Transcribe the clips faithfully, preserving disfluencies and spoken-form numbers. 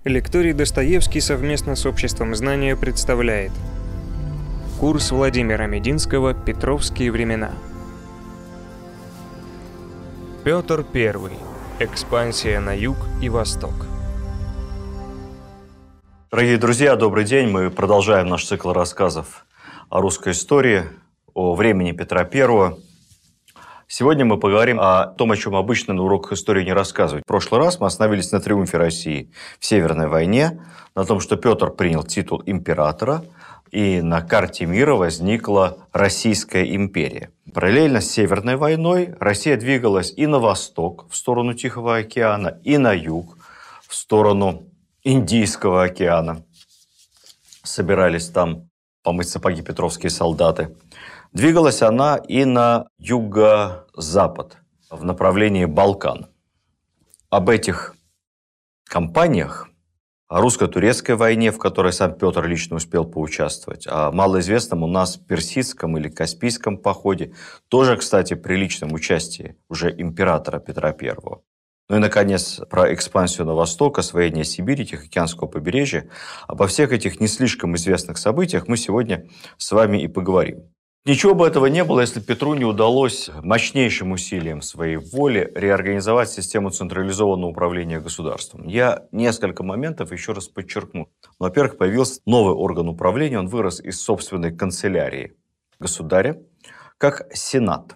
Лекторий Достоевский совместно с Обществом знания представляет курс Владимира Мединского «Петровские времена». Петр Первый. Экспансия на юг и восток. Дорогие друзья, добрый день. Мы продолжаем наш цикл рассказов о русской истории, о времени Петра Первого. Сегодня мы поговорим о том, о чем обычно на уроках истории не рассказывают. В прошлый раз мы остановились на триумфе России в Северной войне, на том, что Петр принял титул императора, и на карте мира возникла Российская империя. Параллельно с Северной войной Россия двигалась и на восток, в сторону Тихого океана, и на юг, в сторону Индийского океана. Собирались там помыть сапоги петровские солдаты. Двигалась она и на юго-запад, в направлении Балкан. Об этих кампаниях, о русско-турецкой войне, в которой сам Петр лично успел поучаствовать, о малоизвестном у нас персидском или каспийском походе, тоже, кстати, при личном участии уже императора Петра Первого. Ну и, наконец, про экспансию на восток, освоение Сибири, Тихоокеанского побережья. Обо всех этих не слишком известных событиях мы сегодня с вами и поговорим. Ничего бы этого не было, если Петру не удалось мощнейшим усилием своей воли реорганизовать систему централизованного управления государством. Я несколько моментов еще раз подчеркну. Во-первых, появился новый орган управления, он вырос из собственной канцелярии государя, как Сенат.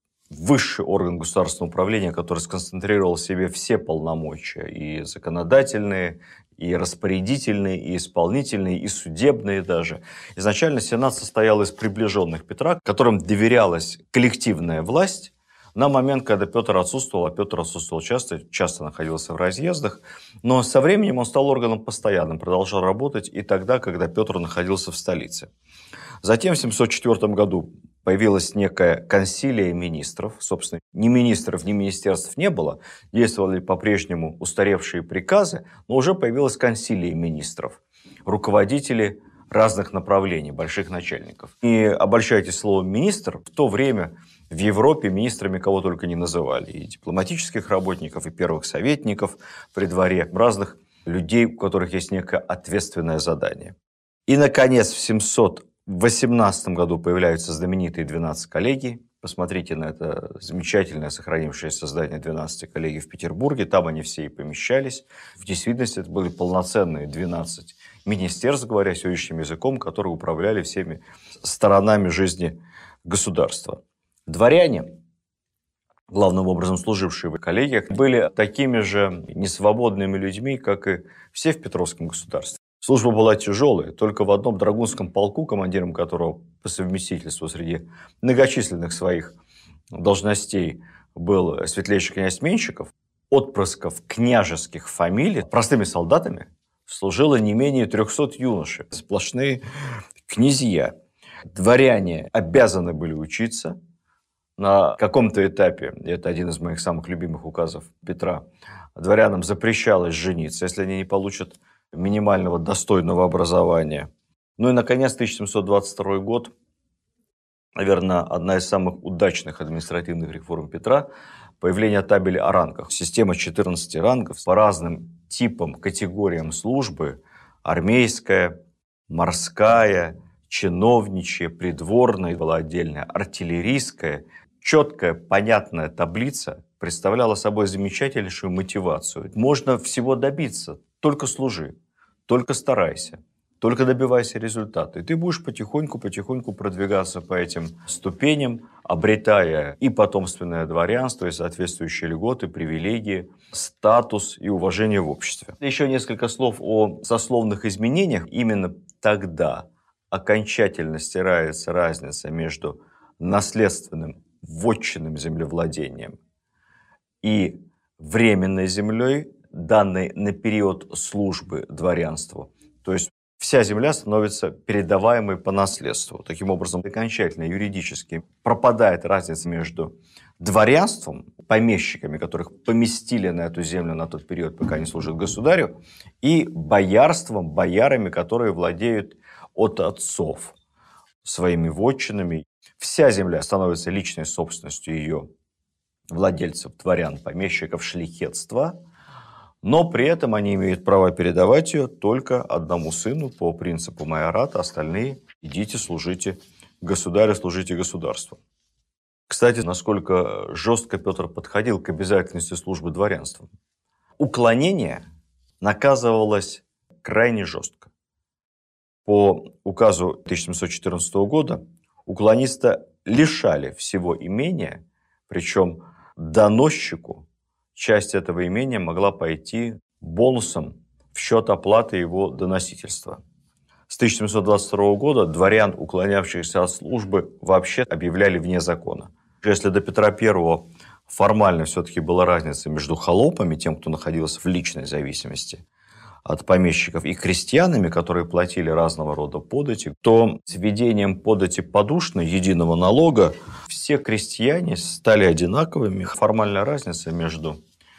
Высший орган государственного управления, который сконцентрировал в себе все полномочия, и законодательные, и распорядительные, и исполнительные, и судебные даже. Изначально Сенат состоял из приближенных Петра, которым доверялась коллективная власть на момент, когда Петр отсутствовал, а Петр отсутствовал часто, часто находился в разъездах. Но со временем он стал органом постоянным, продолжал работать и тогда, когда Петр находился в столице. Затем в семьсот четвёртом году появилась некая консилия министров. Собственно, ни министров, ни министерств не было. Действовали по-прежнему устаревшие приказы, но уже появилась консилия министров. Руководители разных направлений, больших начальников. Не обольщайтесь словом «министр». В то время в Европе министрами кого только не называли. И дипломатических работников, и первых советников при дворе, разных людей, у которых есть некое ответственное задание. И, наконец, в семьсот восемнадцатом году появляются знаменитые двенадцать коллегий. Посмотрите на это замечательное сохранившееся здание двенадцати коллегий в Петербурге. Там они все и помещались. В действительности это были полноценные двенадцать министерств, говоря сегодняшним языком, которые управляли всеми сторонами жизни государства. Дворяне, главным образом служившие в коллегиях, были такими же несвободными людьми, как и все в Петровском государстве. Служба была тяжелая. Только в одном драгунском полку, командиром которого по совместительству среди многочисленных своих должностей был светлейший князь Меньшиков, отпрысков княжеских фамилий, простыми солдатами служило не менее трехсот юношей. Сплошные князья. Дворяне обязаны были учиться. На каком-то этапе, это один из моих самых любимых указов Петра, дворянам запрещалось жениться, если они не получат минимального достойного образования. Ну и, наконец, тысяча семьсот двадцать второй год, наверное, одна из самых удачных административных реформ Петра, появление табели о рангах. Система четырнадцати рангов по разным типам, категориям службы, армейская, морская, чиновничья, придворная, была отдельная, артиллерийская. Четкая, понятная таблица представляла собой замечательнейшую мотивацию. Можно всего добиться, только служи, только старайся, только добивайся результата. И ты будешь потихоньку-потихоньку продвигаться по этим ступеням, обретая и потомственное дворянство, и соответствующие льготы, привилегии, статус и уважение в обществе. Еще несколько слов о сословных изменениях. Именно тогда окончательно стирается разница между наследственным вотчинным землевладением и временной землей, данной на период службы дворянству. То есть вся земля становится передаваемой по наследству. Таким образом, окончательно юридически пропадает разница между дворянством, помещиками, которых поместили на эту землю на тот период, пока они служат государю, и боярством, боярами, которые владеют от отцов своими вотчинами. Вся земля становится личной собственностью ее владельцев, дворян, помещиков, шляхетства. но при этом они имеют право передавать ее только одному сыну по принципу майората, остальные идите, служите государю, служите государству. Кстати, насколько жестко Петр подходил к обязательности службы дворянству. Уклонение наказывалось крайне жестко. По указу тысяча семьсот четырнадцатого года уклониста лишали всего имения, причем доносчику часть этого имения могла пойти бонусом в счет оплаты его доносительства. С тысяча семьсот двадцать второго года дворян, уклонявшихся от службы, вообще объявляли вне закона. Если до Петра Первого формально все-таки была разница между холопами, тем, кто находился в личной зависимости от помещиков, и крестьянами, которые платили разного рода подати, то с введением подати подушной, единого налога, все крестьяне стали одинаковыми. Формальная разница между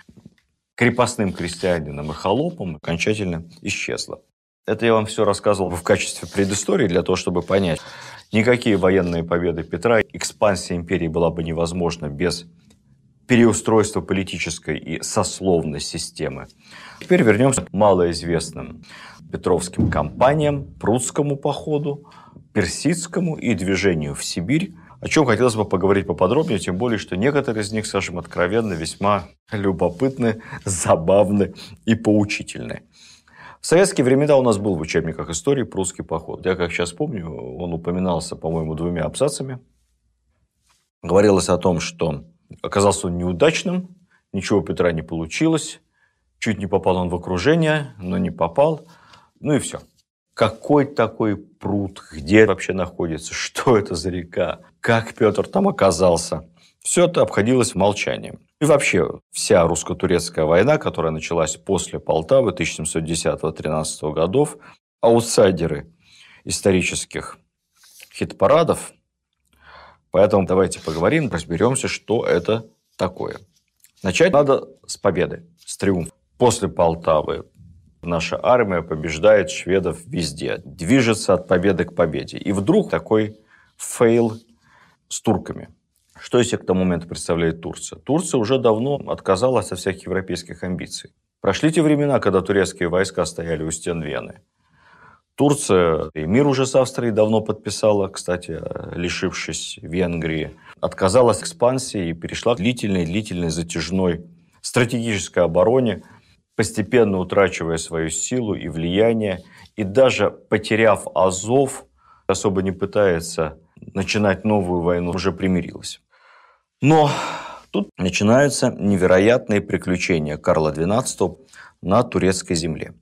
крепостным крестьянином и холопом окончательно исчезла. Это я вам все рассказывал в качестве предыстории, для того, чтобы понять, никакие военные победы Петра, экспансия империи была бы невозможна без переустройства политической и сословной системы. Теперь вернемся к малоизвестным петровским кампаниям, Прудскому походу, Персидскому и движению в Сибирь, о чем хотелось бы поговорить поподробнее, тем более, что некоторые из них, скажем откровенно, весьма любопытны, забавны и поучительны. В советские времена у нас был в учебниках истории Прудский поход. Я, как сейчас помню, он упоминался, по-моему, двумя абзацами. Говорилось о том, что оказался он неудачным, ничего у Петра не получилось, чуть не попал он в окружение, но не попал, ну и все. Какой такой пруд, где вообще находится, что это за река, как Петр там оказался. Все это обходилось молчанием. И вообще вся русско-турецкая война, которая началась после Полтавы тысяча семьсот десятого — тринадцатого годов, аутсайдеры исторических хит-парадов. Поэтому давайте поговорим, разберемся, что это такое. Начать надо с победы, с триумфа. После Полтавы наша армия побеждает шведов везде, движется от победы к победе. И вдруг такой фейл с турками. Что из себя к тому моменту представляет Турция? Турция уже давно отказалась от всяких европейских амбиций. Прошли те времена, когда турецкие войска стояли у стен Вены. Турция и мир уже с Австрией давно подписала, кстати, лишившись Венгрии. Отказалась от экспансии и перешла к длительной-длительной затяжной стратегической обороне, постепенно утрачивая свою силу и влияние. И даже потеряв Азов, особо не пытается начинать новую войну, уже примирилась. Но тут начинаются невероятные приключения Карла двенадцатого на турецкой земле.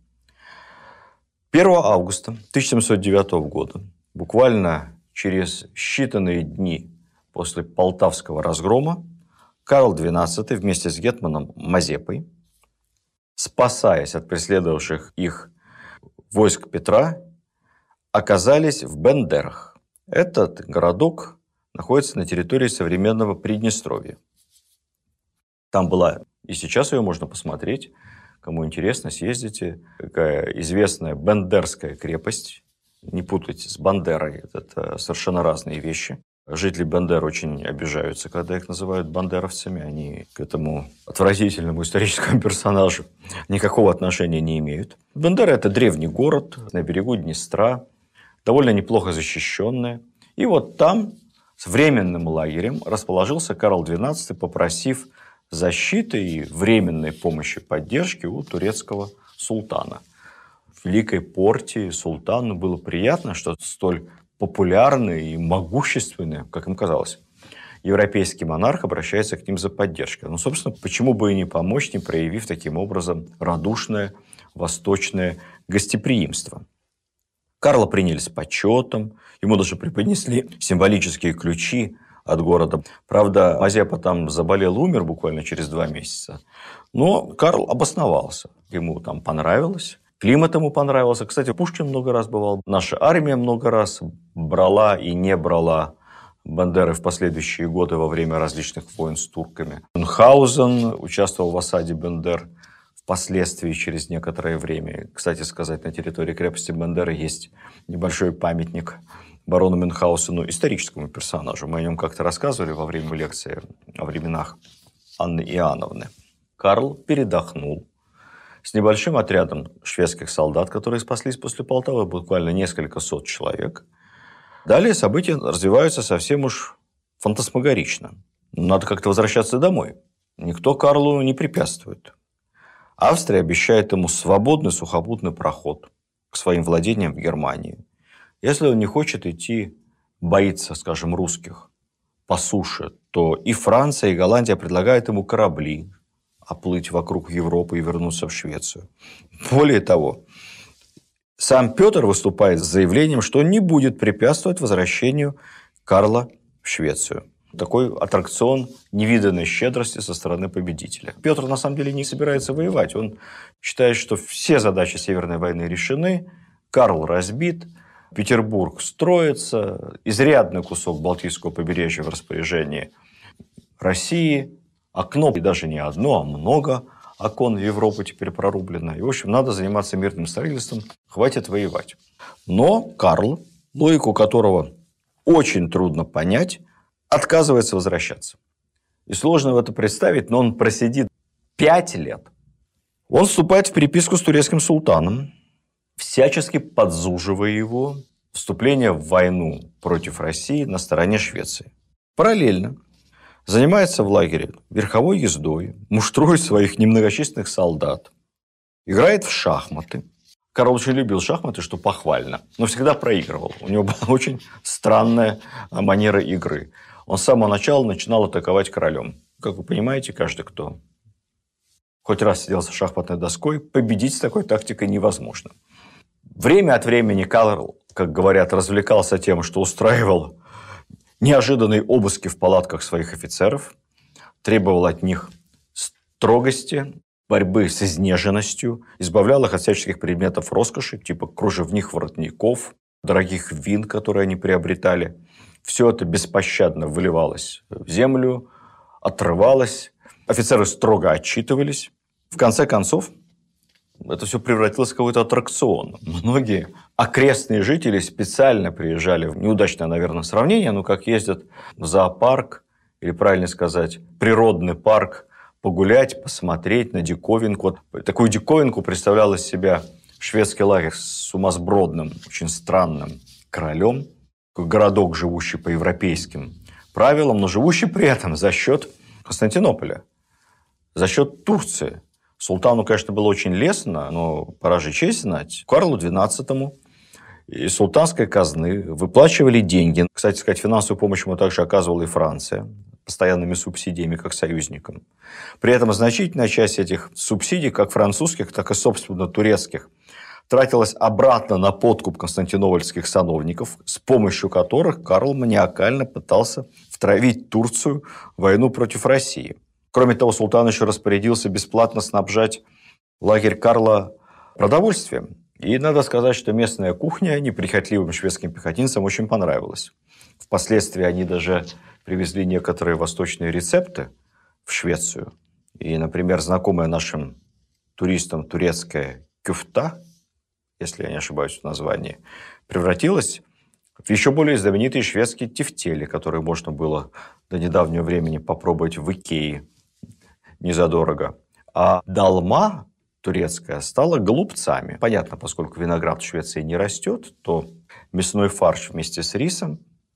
первого августа тысяча семьсот девятого года, буквально через считанные дни после Полтавского разгрома, Карл двенадцатый вместе с гетманом Мазепой, спасаясь от преследовавших их войск Петра, оказались в Бендерах. Этот городок находится на территории современного Приднестровья. Там была, и сейчас ее можно посмотреть, кому интересно, съездите. Такая известная Бендерская крепость. Не путайте с Бандерой, это совершенно разные вещи. Жители Бендер очень обижаются, когда их называют бандеровцами. Они к этому отвратительному историческому персонажу никакого отношения не имеют. Бендера – это древний город на берегу Днестра, довольно неплохо защищенный. И вот там с временным лагерем расположился Карл двенадцатый, попросив защиты и временной помощи, поддержки у турецкого султана. В Великой Порте султану было приятно, что столь популярный и могущественный, как им казалось, европейский монарх обращается к ним за поддержкой. Ну, собственно, почему бы и не помочь, не проявив таким образом радушное восточное гостеприимство. Карла приняли с почетом, ему даже преподнесли символические ключи от города. Правда, Мазепа там заболел, умер буквально через два месяца. Но Карл обосновался. Ему там понравилось. Климат ему понравился. Кстати, Пушкин много раз бывал. Наша армия много раз брала и не брала Бандеры в последующие годы во время различных войн с турками. Мюнхгаузен участвовал в осаде Бендер впоследствии через некоторое время. Кстати сказать, на территории крепости Бендеры есть небольшой памятник барону Мюнхгаузену, историческому персонажу. Мы о нем как-то рассказывали во время лекции о временах Анны Иоанновны. Карл передохнул, с небольшим отрядом шведских солдат, которые спаслись после Полтавы, буквально несколько сот человек. Далее события развиваются совсем уж фантасмагорично. Надо как-то возвращаться домой. Никто Карлу не препятствует. Австрия обещает ему свободный сухопутный проход к своим владениям в Германии. Если он не хочет идти, боится, скажем, русских по суше, то и Франция, и Голландия предлагают ему корабли, оплыть вокруг Европы и вернуться в Швецию. Более того, сам Петр выступает с заявлением, что не будет препятствовать возвращению Карла в Швецию. Такой аттракцион невиданной щедрости со стороны победителя. Петр на самом деле не собирается воевать. Он считает, что все задачи Северной войны решены, Карл разбит, Петербург строится, изрядный кусок Балтийского побережья в распоряжении России, окно, и даже не одно, а много окон в Европу теперь прорублено. И, в общем, надо заниматься мирным строительством, хватит воевать. Но Карл, логику которого очень трудно понять, отказывается возвращаться. И сложно в это представить, но он просидит пять лет. Он вступает в переписку с турецким султаном, всячески подзуживая его вступление в войну против России на стороне Швеции. Параллельно занимается в лагере верховой ездой, муштрует своих немногочисленных солдат, играет в шахматы. Карл очень любил шахматы, что похвально, но всегда проигрывал. У него была очень странная манера игры. Он с самого начала начинал атаковать королем. Как вы понимаете, каждый, кто хоть раз сидел за шахматной доской, победить с такой тактикой невозможно. Время от времени Карл, как говорят, развлекался тем, что устраивал неожиданные обыски в палатках своих офицеров, требовал от них строгости, борьбы с изнеженностью, избавлял их от всяческих предметов роскоши, типа кружевных воротников, дорогих вин, которые они приобретали. Все это беспощадно выливалось в землю, отрывалось. Офицеры строго отчитывались. В конце концов, это все превратилось в какой-то аттракцион. Многие окрестные жители специально приезжали, в неудачное, наверное, сравнение, но как ездят в зоопарк, или, правильно сказать, природный парк, погулять, посмотреть на диковинку. Вот такую диковинку представлял из себя шведский лагерь с сумасбродным, очень странным королем. Городок, живущий по европейским правилам, но живущий при этом за счет Константинополя, за счет Турции. Султану, конечно, было очень лестно, но пора же честь знать. Карлу двенадцатому из султанской казны выплачивали деньги. Кстати сказать, финансовую помощь ему также оказывала и Франция, постоянными субсидиями, как союзникам. При этом значительная часть этих субсидий, как французских, так и, собственно, турецких, тратилась обратно на подкуп константинопольских сановников, с помощью которых Карл маниакально пытался втравить Турцию в войну против России. Кроме того, султан еще распорядился бесплатно снабжать лагерь Карла продовольствием. И надо сказать, что местная кухня неприхотливым шведским пехотинцам очень понравилась. Впоследствии они даже привезли некоторые восточные рецепты в Швецию. И, например, знакомая нашим туристам турецкая кюфта, если я не ошибаюсь в названии, превратилась в еще более знаменитые шведские тефтели, которые можно было до недавнего времени попробовать в Икее незадорого. А долма турецкая стала голубцами. Понятно, поскольку виноград в Швеции не растет, то мясной фарш вместе с рисом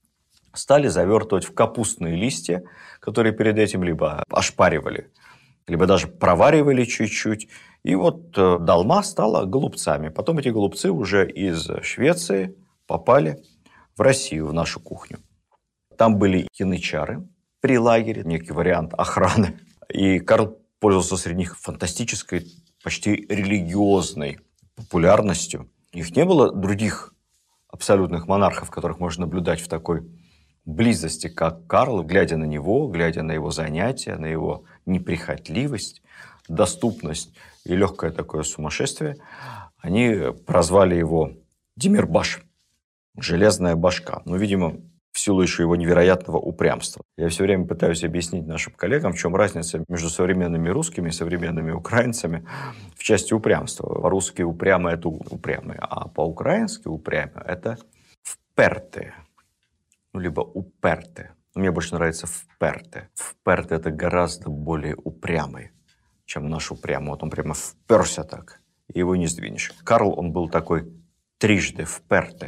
стали завертывать в капустные листья, которые перед этим либо ошпаривали, либо даже проваривали чуть-чуть. И вот долма стала голубцами. Потом эти голубцы уже из Швеции попали в Россию, в нашу кухню. Там были янычары при лагере, некий вариант охраны. И Карл пользовался среди них фантастической, почти религиозной популярностью. Их не было других абсолютных монархов, которых можно наблюдать в такой близости, как Карл, глядя на него, глядя на его занятия, на его неприхотливость, доступность и легкое такое сумасшествие. Они прозвали его Демирбаш, железная башка. Ну, видимо, в силу еще его невероятного упрямства. Я все время пытаюсь объяснить нашим коллегам, в чем разница между современными русскими и современными украинцами в части упрямства. По-русски упрямые – это упрямые, а по-украински упрямые – это впертые. Ну, либо упертые. Мне больше нравится впертые. Впертые – это гораздо более упрямые. чем наш упрямый. Вот он прямо вперся так, и его не сдвинешь. Карл, он был такой трижды впертый.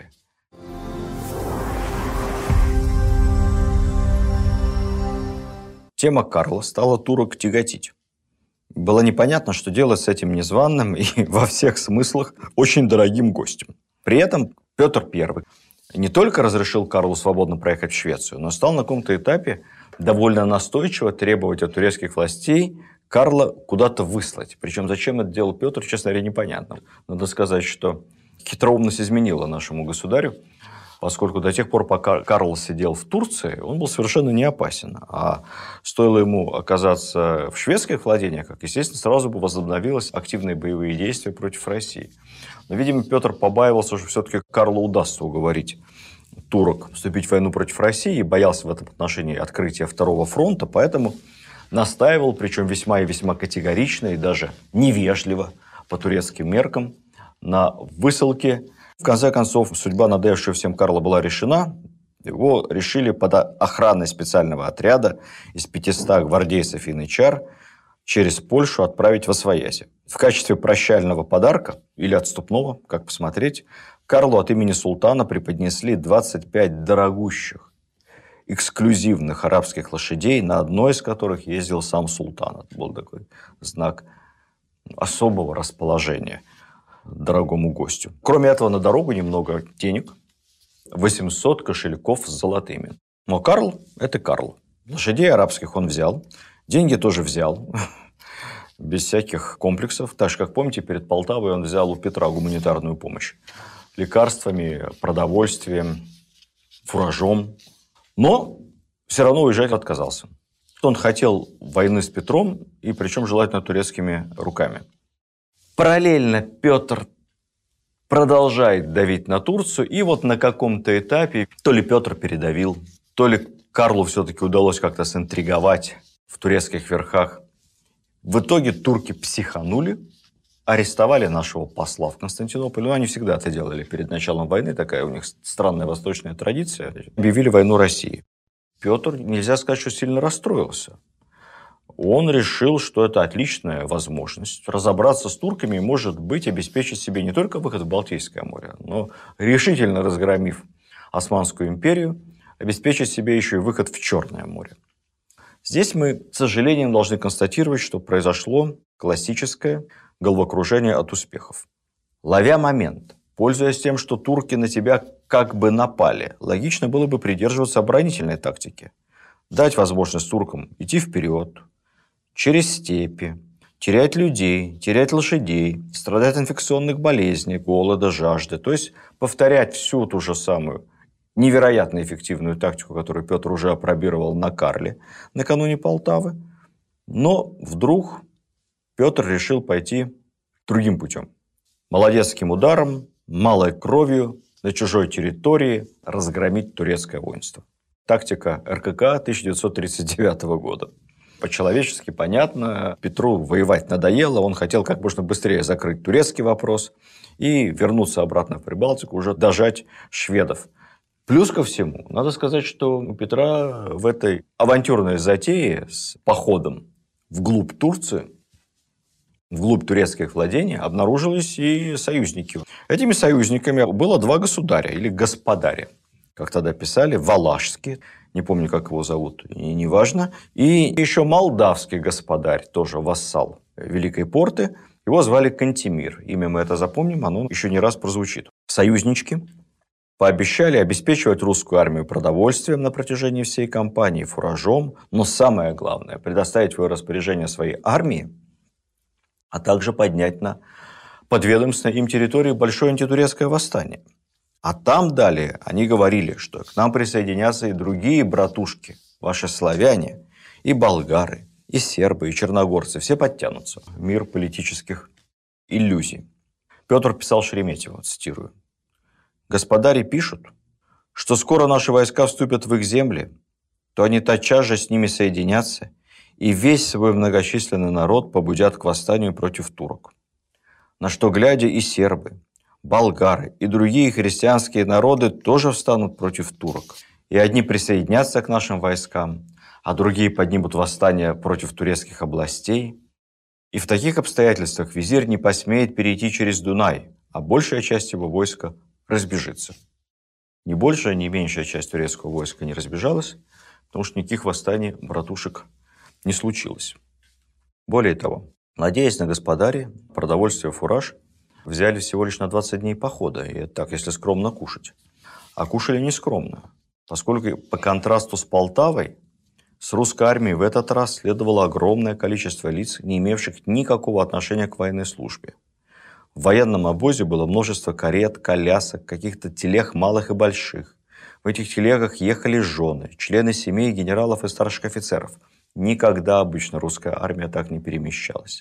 Тема Карла стала турок тяготить. Было непонятно, что делать с этим незваным и во всех смыслах очень дорогим гостем. При этом Петр Первый не только разрешил Карлу свободно проехать в Швецию, но стал на каком-то этапе довольно настойчиво требовать от турецких властей Карла куда-то выслать. Причем зачем это делал Петр, честно говоря, непонятно. Надо сказать, что хитроумность изменила нашему государю, поскольку до тех пор, пока Карл сидел в Турции, он был совершенно не опасен. А стоило ему оказаться в шведских владениях, как, естественно, сразу бы возобновились активные боевые действия против России. Но, видимо, Петр побаивался, что все-таки Карлу удастся уговорить турок вступить в войну против России и боялся в этом отношении открытия Второго фронта, поэтому настаивал, причем весьма и весьма категорично и даже невежливо по турецким меркам, на высылке. В конце концов, судьба надоевшая всем Карла была решена. Его решили под охраной специального отряда из пятисот гвардейцев и янычар через Польшу отправить в Освояси. В качестве прощального подарка, или отступного, как посмотреть, Карлу от имени султана преподнесли двадцать пять дорогущих, эксклюзивных арабских лошадей, на одной из которых ездил сам султан. Это был такой знак особого расположения дорогому гостю. Кроме этого, на дорогу немного денег, восемьсот кошельков с золотыми. Но Карл – это Карл. Лошадей арабских он взял, деньги тоже взял, без всяких комплексов. Так же, как помните, перед Полтавой он взял у Петра гуманитарную помощь. Лекарствами, продовольствием, фуражом. Но все равно уезжать отказался. Он хотел войны с Петром, и причем желательно турецкими руками. Параллельно Петр продолжает давить на Турцию, и вот на каком-то этапе то ли Петр передавил, то ли Карлу все-таки удалось как-то синтриговать в турецких верхах. В итоге турки психанули, арестовали нашего посла в Константинополе. Ну, они всегда это делали перед началом войны, такая у них странная восточная традиция. Объявили войну России. Петр, нельзя сказать, что сильно расстроился. Он решил, что это отличная возможность разобраться с турками и, может быть, обеспечить себе не только выход в Балтийское море, но, решительно разгромив Османскую империю, обеспечить себе еще и выход в Черное море. Здесь мы, с сожалением, должны констатировать, что произошло классическое головокружение от успехов. Ловя момент, пользуясь тем, что турки на тебя как бы напали, логично было бы придерживаться оборонительной тактики. Дать возможность туркам идти вперед, через степи, терять людей, терять лошадей, страдать от инфекционных болезней, голода, жажды. То есть повторять всю ту же самую невероятно эффективную тактику, которую Петр уже опробировал на Карле накануне Полтавы. Но вдруг Петр решил пойти другим путем. Молодецким ударом, малой кровью, на чужой территории разгромить турецкое воинство. Тактика эр ка ка тысяча девятьсот тридцать девятого года. По-человечески понятно, Петру воевать надоело, он хотел как можно быстрее закрыть турецкий вопрос и вернуться обратно в Прибалтику, уже дожать шведов. Плюс ко всему, надо сказать, что у Петра в этой авантюрной затее с походом вглубь Турции, вглубь турецких владений, обнаружились и союзники. Этими союзниками было два государя или господаря, как тогда писали, Валашский, не помню, как его зовут, и неважно, и еще молдавский господарь, тоже вассал Великой Порты, его звали Кантемир. Имя мы это запомним, оно еще не раз прозвучит. Союзнички пообещали обеспечивать русскую армию продовольствием на протяжении всей кампании, фуражом, но самое главное, предоставить в свое распоряжение своей армии, а также поднять на подведомственной им территории большое антитурецкое восстание. А там далее они говорили, что к нам присоединятся и другие братушки, ваши славяне, и болгары, и сербы, и черногорцы. Все подтянутся. Мир политических иллюзий. Петр писал Шереметьеву, цитирую. «Господари пишут, что скоро наши войска вступят в их земли, то они тотчас же с ними соединятся, и весь свой многочисленный народ побудят к восстанию против турок. На что, глядя, и сербы, болгары и другие христианские народы тоже встанут против турок. И одни присоединятся к нашим войскам, а другие поднимут восстание против турецких областей. И в таких обстоятельствах визирь не посмеет перейти через Дунай, а большая часть его войска разбежится. Ни большая, ни меньшая часть турецкого войска не разбежалась, потому что никаких восстаний братушек не случилось. Более того, надеясь на господарей, продовольствие, фураж взяли всего лишь на двадцать дней похода, и это так, если скромно кушать. А кушали не скромно, поскольку по контрасту с Полтавой, с русской армией в этот раз следовало огромное количество лиц, не имевших никакого отношения к военной службе. В военном обозе было множество карет, колясок, каких-то телег малых и больших. В этих телегах ехали жены, члены семей генералов и старших офицеров. Никогда обычно русская армия так не перемещалась.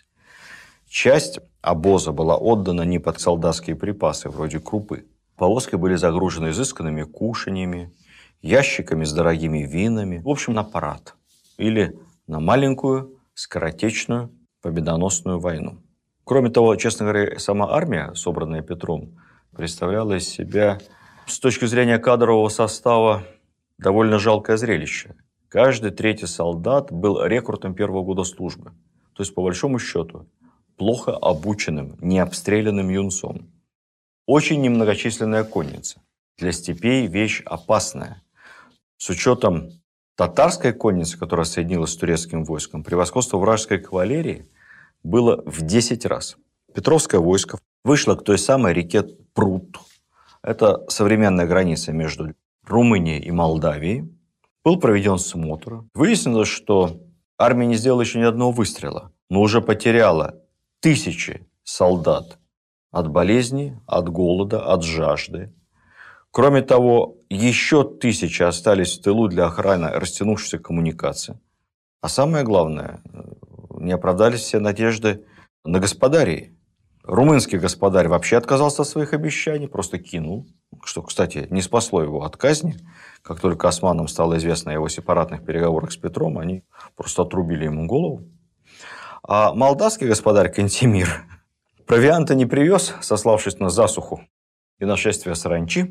Часть обоза была отдана не под солдатские припасы, вроде крупы. Повозки были загружены изысканными кушаньями, ящиками с дорогими винами, в общем, на парад. Или на маленькую, скоротечную, победоносную войну. Кроме того, честно говоря, сама армия, собранная Петром, представляла из себя, с точки зрения кадрового состава, довольно жалкое зрелище. Каждый третий солдат был рекрутом первого года службы. То есть, по большому счету, плохо обученным, необстрелянным юнцом. Очень немногочисленная конница. Для степей вещь опасная. С учетом татарской конницы, которая соединилась с турецким войском, превосходство вражеской кавалерии было в десять раз. Петровское войско вышло к той самой реке Прут. Это современная граница между Румынией и Молдавией. Был проведен смотр. Выяснилось, что армия не сделала еще ни одного выстрела, но уже потеряла тысячи солдат от болезни, от голода, от жажды. Кроме того, еще тысячи остались в тылу для охраны растянувшейся коммуникации. А самое главное, не оправдались все надежды на господарей. Румынский господарь вообще отказался от своих обещаний, просто кинул. Что, кстати, не спасло его от казни. Как только османам стало известно о его сепаратных переговорах с Петром, они просто отрубили ему голову. А молдавский господарь Кантемир провианта не привез, сославшись на засуху и нашествие саранчи.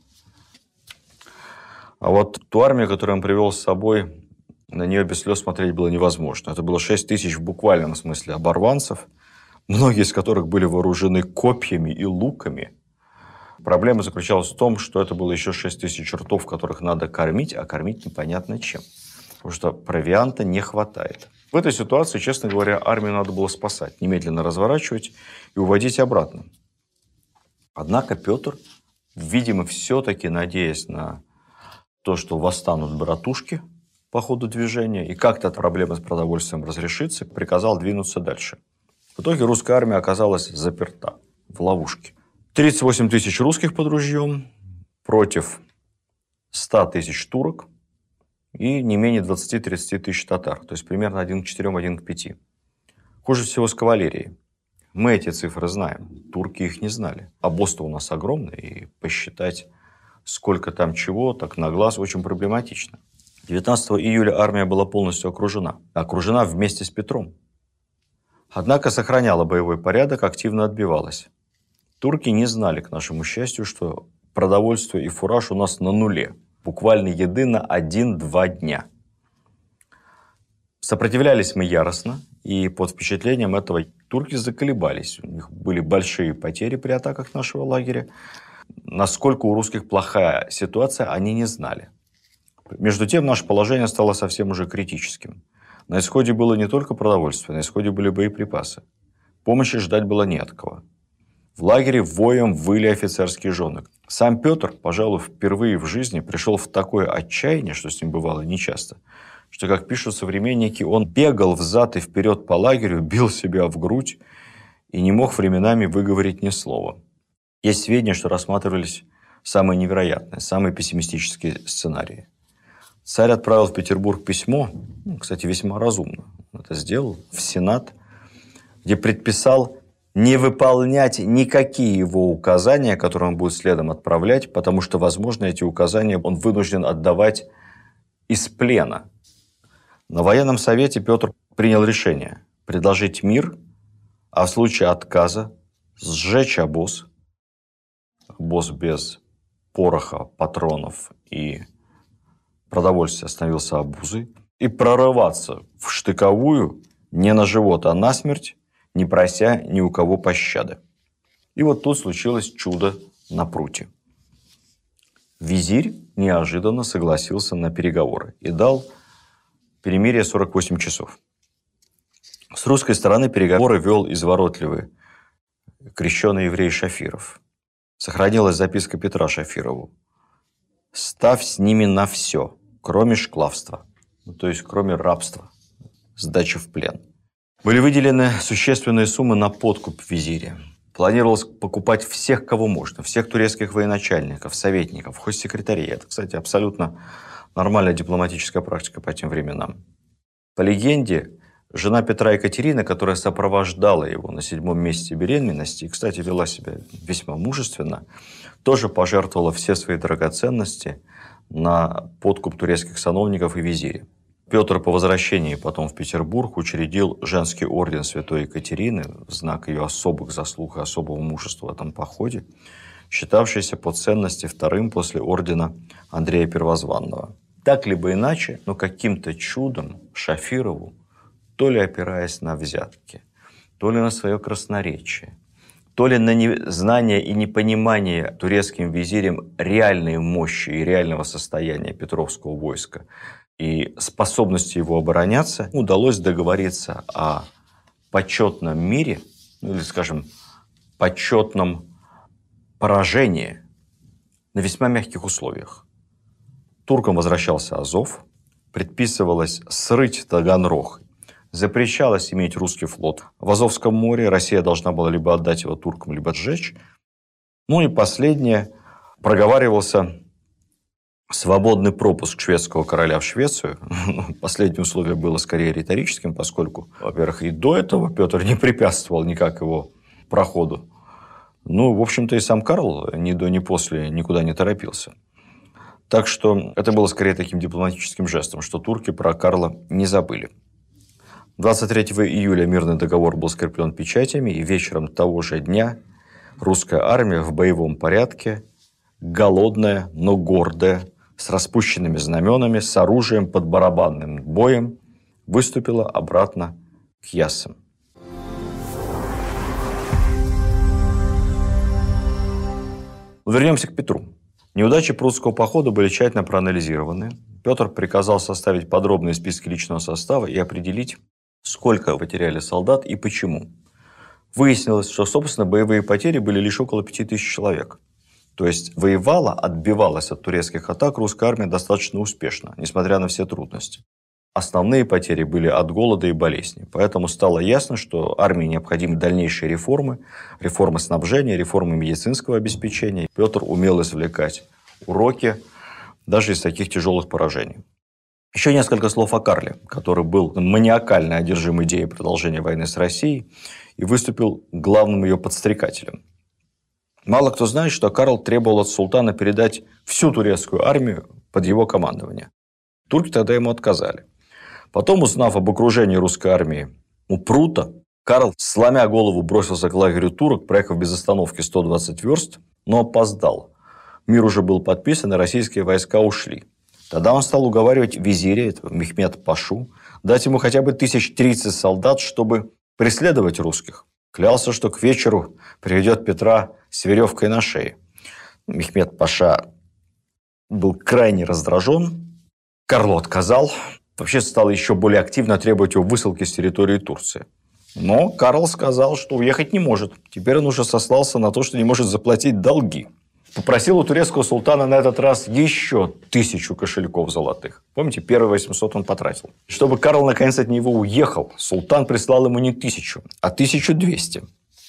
А вот ту армию, которую он привел с собой, на нее без слез смотреть было невозможно. Это было шесть тысяч в буквальном смысле оборванцев, многие из которых были вооружены копьями и луками. Проблема заключалась в том, что это было еще шесть тысяч ртов, которых надо кормить, а кормить непонятно чем. Потому что провианта не хватает. В этой ситуации, честно говоря, армию надо было спасать, немедленно разворачивать и уводить обратно. Однако Петр, видимо, все-таки надеясь на то, что восстанут братушки по ходу движения, и как-то проблема с продовольствием разрешится, приказал двинуться дальше. В итоге русская армия оказалась заперта в ловушке. тридцать восемь тысяч русских под ружьем против ста тысяч турок и не менее двадцати-тридцати тысяч татар. То есть примерно один к четырем, один к пяти. Хуже всего с кавалерией. Мы эти цифры знаем, турки их не знали. Обоз-то у нас огромный, и посчитать, сколько там чего, так на глаз очень проблематично. девятнадцатого июля армия была полностью окружена. Окружена вместе с Петром. Однако сохраняла боевой порядок, активно отбивалась. Турки не знали, к нашему счастью, что продовольствие и фураж у нас на нуле. Буквально еды на один-два дня. Сопротивлялись мы яростно, и под впечатлением этого турки заколебались. У них были большие потери при атаках нашего лагеря. Насколько у русских плохая ситуация, они не знали. Между тем, наше положение стало совсем уже критическим. На исходе было не только продовольствие, на исходе были боеприпасы. Помощи ждать было не от кого. В лагере воем выли офицерские жены. Сам Петр, пожалуй, впервые в жизни пришел в такое отчаяние, что с ним бывало нечасто, что, как пишут современники, он бегал взад и вперед по лагерю, бил себя в грудь и не мог временами выговорить ни слова. Есть сведения, что рассматривались самые невероятные, самые пессимистические сценарии. Царь отправил в Петербург письмо, кстати, весьма разумно, это сделал, в Сенат, где предписал не выполнять никакие его указания, которые он будет следом отправлять, потому что, возможно, эти указания он вынужден отдавать из плена. На военном совете Петр принял решение предложить мир, а в случае отказа сжечь обоз, обоз без пороха, патронов и продовольствия становился обузой, и прорываться в штыковую не на живот, а на смерть не прося ни у кого пощады. И вот тут случилось чудо на пруте. Визирь неожиданно согласился на переговоры и дал перемирие сорок восемь часов. С русской стороны переговоры вел изворотливый крещеный еврей Шафиров. Сохранилась записка Петра Шафирову. «Ставь с ними на все, кроме шклавства», ну, то есть кроме рабства, сдачи в плен. Были выделены существенные суммы на подкуп визиря. Планировалось покупать всех, кого можно, всех турецких военачальников, советников, хоть секретарей. Это, кстати, абсолютно нормальная дипломатическая практика по тем временам. По легенде, жена Петра Екатерина, которая сопровождала его на седьмом месяце беременности и, кстати, вела себя весьма мужественно, тоже пожертвовала все свои драгоценности на подкуп турецких сановников и визиря. Петр по возвращении потом в Петербург учредил женский орден Святой Екатерины в знак ее особых заслуг и особого мужества в этом походе, считавшийся по ценности вторым после ордена Андрея Первозванного. Так либо иначе, но каким-то чудом Шафирову, то ли опираясь на взятки, то ли на свое красноречие, то ли на незнание и непонимание турецким визирем реальной мощи и реального состояния Петровского войска и способности его обороняться, удалось договориться о почетном мире, ну, или, скажем, почетном поражении на весьма мягких условиях. Туркам возвращался Азов, предписывалось срыть Таганрог, запрещалось иметь русский флот в Азовском море, Россия должна была либо отдать его туркам, либо сжечь. Ну и последнее, проговаривался свободный пропуск шведского короля в Швецию. Последнее условие было скорее риторическим, поскольку, во-первых, и до этого Петр не препятствовал никак его проходу. Ну, в общем-то, и сам Карл ни до, ни после никуда не торопился. Так что это было скорее таким дипломатическим жестом, что турки про Карла не забыли. двадцать третьего июля мирный договор был скреплен печатями, и вечером того же дня русская армия в боевом порядке, голодная, но гордая, с распущенными знаменами, с оружием под барабанным боем, выступила обратно к Яссам. Вернемся к Петру. Неудачи прусского похода были тщательно проанализированы. Петр приказал составить подробные списки личного состава и определить, сколько потеряли солдат и почему. Выяснилось, что, собственно, боевые потери были лишь около пяти тысяч человек. То есть воевала, отбивалась от турецких атак русская армия достаточно успешно, несмотря на все трудности. Основные потери были от голода и болезней. Поэтому стало ясно, что армии необходимы дальнейшие реформы, реформы снабжения, реформы медицинского обеспечения. Петр умел извлекать уроки даже из таких тяжелых поражений. Еще несколько слов о Карле, который был маниакально одержим идеей продолжения войны с Россией и выступил главным ее подстрекателем. Мало кто знает, что Карл требовал от султана передать всю турецкую армию под его командование. Турки тогда ему отказали. Потом, узнав об окружении русской армии у прута, Карл, сломя голову, бросился к лагерю турок, проехав без остановки сто двадцать верст, но опоздал. Мир уже был подписан, и российские войска ушли. Тогда он стал уговаривать визиря, этого Мехмед Пашу, дать ему хотя бы тысяч тридцать солдат, чтобы преследовать русских. Клялся, что к вечеру приведет Петра с веревкой на шее. Мехмед Паша был крайне раздражен. Карлу отказал. Вообще стал еще более активно требовать его высылки с территории Турции. Но Карл сказал, что уехать не может. Теперь он уже сослался на то, что не может заплатить долги. Попросил у турецкого султана на этот раз еще тысячу кошельков золотых. Помните, первые восемьсот он потратил. Чтобы Карл наконец от него уехал, султан прислал ему не тысячу, а тысячу двести.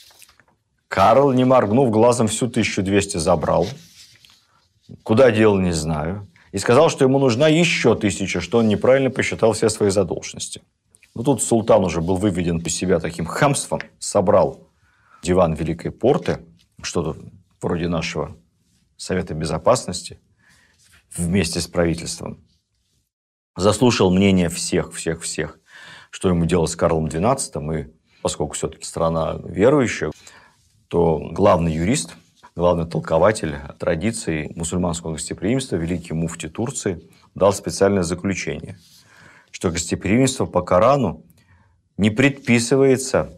Карл, не моргнув глазом, всю тысячу двести забрал. Куда дел, не знаю. И сказал, что ему нужна еще тысяча, что он неправильно посчитал все свои задолженности. Но тут султан уже был выведен из себя таким хамством, собрал диван Великой Порты, что-то вроде нашего Совета Безопасности, вместе с правительством, заслушал мнение всех, всех, всех, что ему делать с Карлом двенадцатым, и поскольку все-таки страна верующая, то главный юрист, главный толкователь традиций мусульманского гостеприимства, великий муфти Турции, дал специальное заключение, что гостеприимство по Корану не предписывается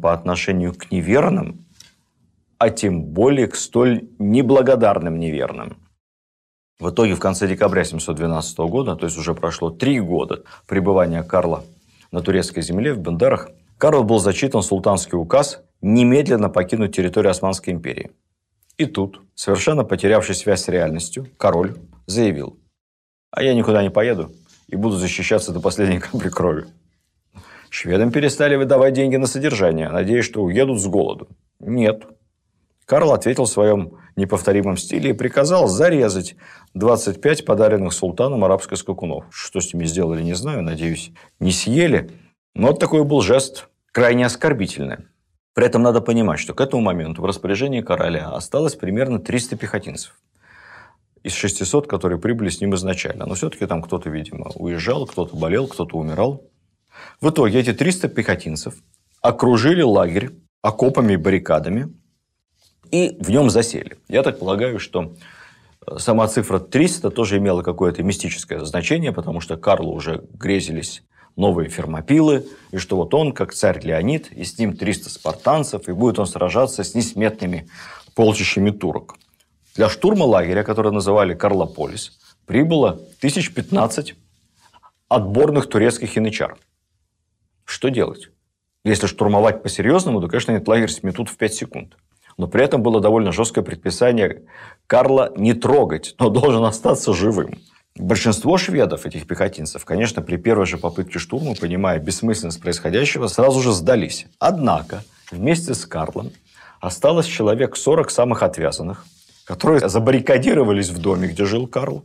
по отношению к неверным, а тем более к столь неблагодарным неверным. В итоге в конце декабря семьсот двенадцатого года, то есть уже прошло три года пребывания Карла на турецкой земле в Бендерах, Карл был зачитан султанский указ немедленно покинуть территорию Османской империи. И тут, совершенно потерявший связь с реальностью, король заявил: «А я никуда не поеду и буду защищаться до последней капли крови». Шведам перестали выдавать деньги на содержание, надеясь, что уедут с голоду. Нет. Карл ответил в своем неповторимом стиле и приказал зарезать двадцать пять подаренных султаном арабских скакунов. Что с ними сделали, не знаю, надеюсь, не съели. Но вот такой был жест крайне оскорбительный. При этом надо понимать, что к этому моменту в распоряжении короля осталось примерно триста пехотинцев из шестисот, которые прибыли с ним изначально. Но все-таки там кто-то, видимо, уезжал, кто-то болел, кто-то умирал. В итоге эти триста пехотинцев окружили лагерь окопами и баррикадами и в нем засели. Я так полагаю, что сама цифра триста тоже имела какое-то мистическое значение, потому что Карлу уже грезились новые фермопилы, и что вот он, как царь Леонид, и с ним триста спартанцев, и будет он сражаться с несметными полчищами турок. Для штурма лагеря, который называли Карлополис, прибыло тысяч пятнадцать отборных турецких янычар. Что делать? Если штурмовать по-серьезному, то, конечно, этот лагерь сметут в пять секунд. Но при этом было довольно жесткое предписание Карла не трогать, но должен остаться живым. Большинство шведов, этих пехотинцев, конечно, при первой же попытке штурма, понимая бессмысленность происходящего, сразу же сдались. Однако вместе с Карлом осталось человек сорок самых отвязанных, которые забаррикадировались в доме, где жил Карл,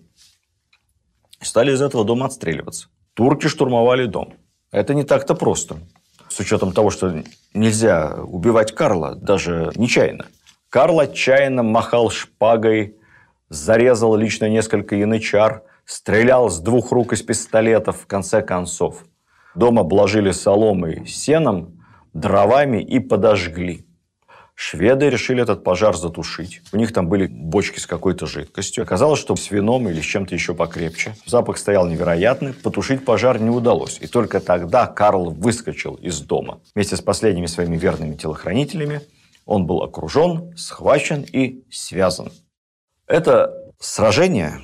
и стали из этого дома отстреливаться. Турки штурмовали дом. Это не так-то просто. С учетом того, что нельзя убивать Карла, даже нечаянно. Карл отчаянно махал шпагой, зарезал лично несколько янычар, стрелял с двух рук из пистолетов. В конце концов, дом обложили соломой, сеном, дровами и подожгли. Шведы решили этот пожар затушить. У них там были бочки с какой-то жидкостью. Оказалось, что с вином или с чем-то еще покрепче. Запах стоял невероятный. Потушить пожар не удалось. И только тогда Карл выскочил из дома. Вместе с последними своими верными телохранителями он был окружен, схвачен и связан. Это сражение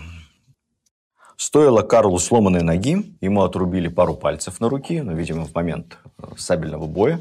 стоило Карлу сломанной ноги. Ему отрубили пару пальцев на руке, ну, видимо, в момент сабельного боя.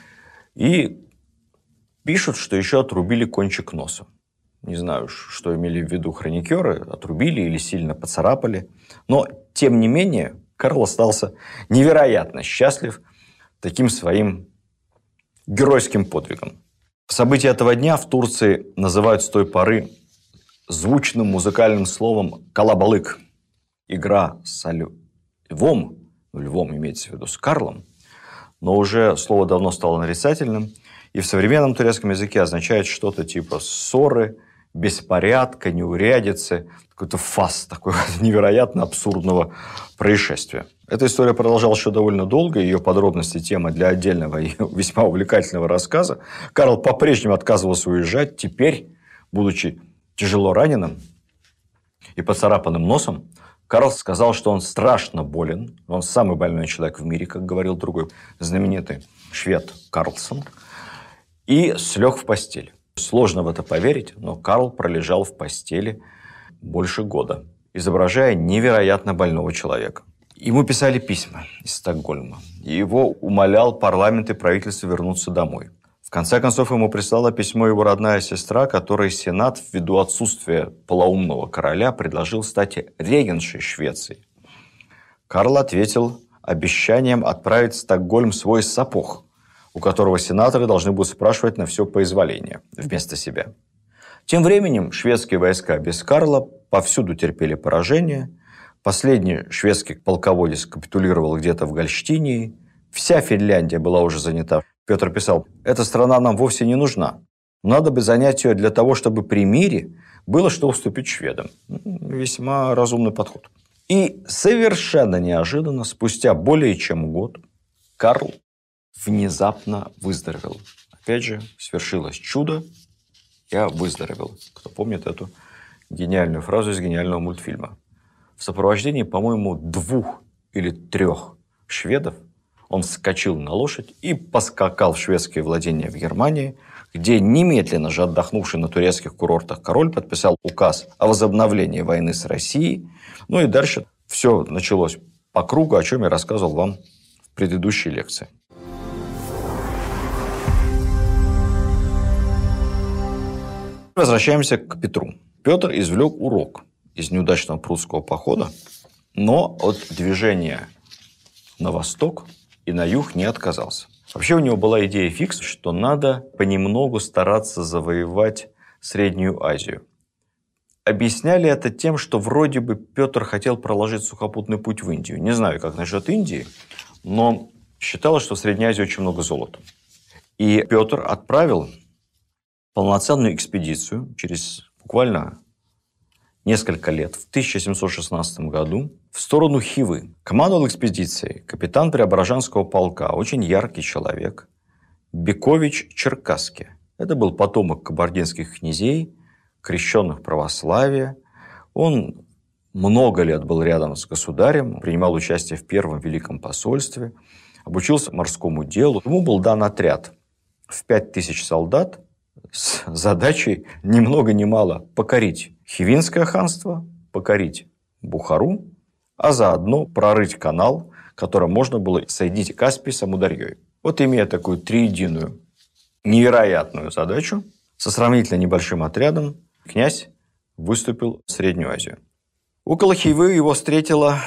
И пишут, что еще отрубили кончик носа. Не знаю, что имели в виду хроникеры. Отрубили или сильно поцарапали. Но, тем не менее, Карл остался невероятно счастлив таким своим геройским подвигом. События этого дня в Турции называют с той поры звучным музыкальным словом «калабалык». Игра с львом, ну, львом имеется в виду с Карлом, но уже слово давно стало нарицательным. И в современном турецком языке означает что-то типа ссоры, беспорядка, неурядицы, какой-то фас такой невероятно абсурдного происшествия. Эта история продолжалась еще довольно долго, ее подробности тема для отдельного и весьма увлекательного рассказа. Карл по-прежнему отказывался уезжать. Теперь, будучи тяжело раненым и поцарапанным носом, Карл сказал, что он страшно болен. Он самый больной человек в мире, как говорил другой знаменитый швед Карлсон. И слег в постель. Сложно в это поверить, но Карл пролежал в постели больше года, изображая невероятно больного человека. Ему писали письма из Стокгольма. Его умолял парламент и правительство вернуться домой. В конце концов, ему прислала письмо его родная сестра, которой Сенат, ввиду отсутствия полоумного короля, предложил стать регеншей Швеции. Карл ответил обещанием отправить в Стокгольм свой сапог, у которого сенаторы должны будут спрашивать на все поизволение вместо себя. Тем временем шведские войска без Карла повсюду терпели поражение. Последний шведский полководец капитулировал где-то в Гольштине. Вся Финляндия была уже занята. Петр писал: «Эта страна нам вовсе не нужна. Надо бы занять ее для того, чтобы при мире было что уступить шведам». Весьма разумный подход. И совершенно неожиданно, спустя более чем год, Карл внезапно выздоровел. Опять же, свершилось чудо. Я выздоровел. Кто помнит эту гениальную фразу из гениального мультфильма. В сопровождении, по-моему, двух или трех шведов Он вскочил на лошадь и поскакал в шведские владения в Германии, где немедленно же отдохнувший на турецких курортах король подписал указ о возобновлении войны с Россией. Ну и дальше все началось по кругу, о чем я рассказывал вам в предыдущей лекции. Возвращаемся к Петру. Петр извлек урок из неудачного прусского похода, но от движения на восток и на юг не отказался. Вообще у него была идея фикс, что надо понемногу стараться завоевать Среднюю Азию. Объясняли это тем, что вроде бы Петр хотел проложить сухопутный путь в Индию. Не знаю, как насчет Индии, но считалось, что в Средней Азии очень много золота. И Петр отправил полноценную экспедицию через буквально несколько лет, в тысяча семьсот шестнадцатом году, в сторону Хивы. Командовал экспедицией капитан Преображенского полка, очень яркий человек, Бекович Черкасский. Это был потомок кабардинских князей, крещенных православия. Он много лет был рядом с государем, принимал участие в Первом Великом посольстве, обучился морскому делу. Ему был дан отряд в пять тысяч солдат с задачей ни много ни мало покорить Хивинское ханство, покорить Бухару, а заодно прорыть канал, которым можно было соединить Каспий с Амударьей. Вот имея такую триединую невероятную задачу, со сравнительно небольшим отрядом князь выступил в Среднюю Азию. Около Хивы его встретила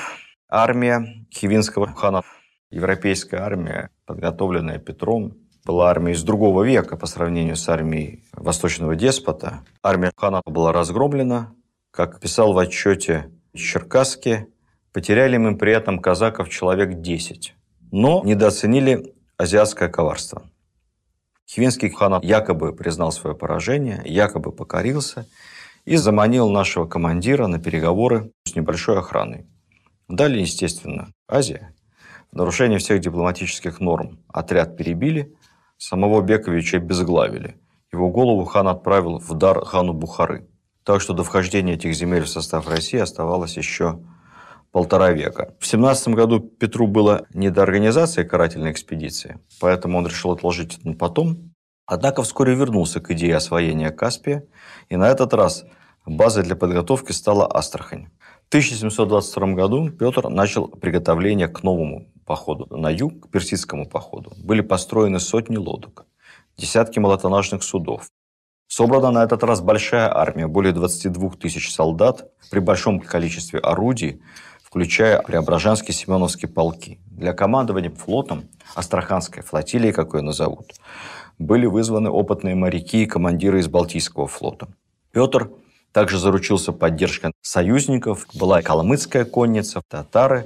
армия хивинского хана. Европейская армия, подготовленная Петром, была армией из другого века по сравнению с армией восточного деспота. Армия хана была разгромлена. Как писал в отчете Черкасский, потеряли мы при этом казаков человек десять. Но недооценили азиатское коварство. Хивинский хан якобы признал свое поражение, якобы покорился и заманил нашего командира на переговоры с небольшой охраной. Далее, естественно, Азия. В нарушение всех дипломатических норм отряд перебили, самого Бековича обезглавили. Его голову хан отправил в дар хану Бухары. Так что до вхождения этих земель в состав России оставалось еще полтора века. В семнадцатом году Петру было не до организации карательной экспедиции, поэтому он решил отложить это на потом. Однако вскоре вернулся к идее освоения Каспия, и на этот раз базой для подготовки стала Астрахань. В тысяча семьсот двадцать втором году Петр начал приготовление к новому походу на юг, к персидскому походу. Были построены сотни лодок, десятки малотоннажных судов. Собрана на этот раз большая армия, более двадцати двух тысяч солдат, при большом количестве орудий, включая Преображенские Семеновские полки. Для командования флотом, Астраханской флотилии, как ее назовут, были вызваны опытные моряки и командиры из Балтийского флота. Петр также заручился поддержкой союзников. Была калмыцкая конница, татары,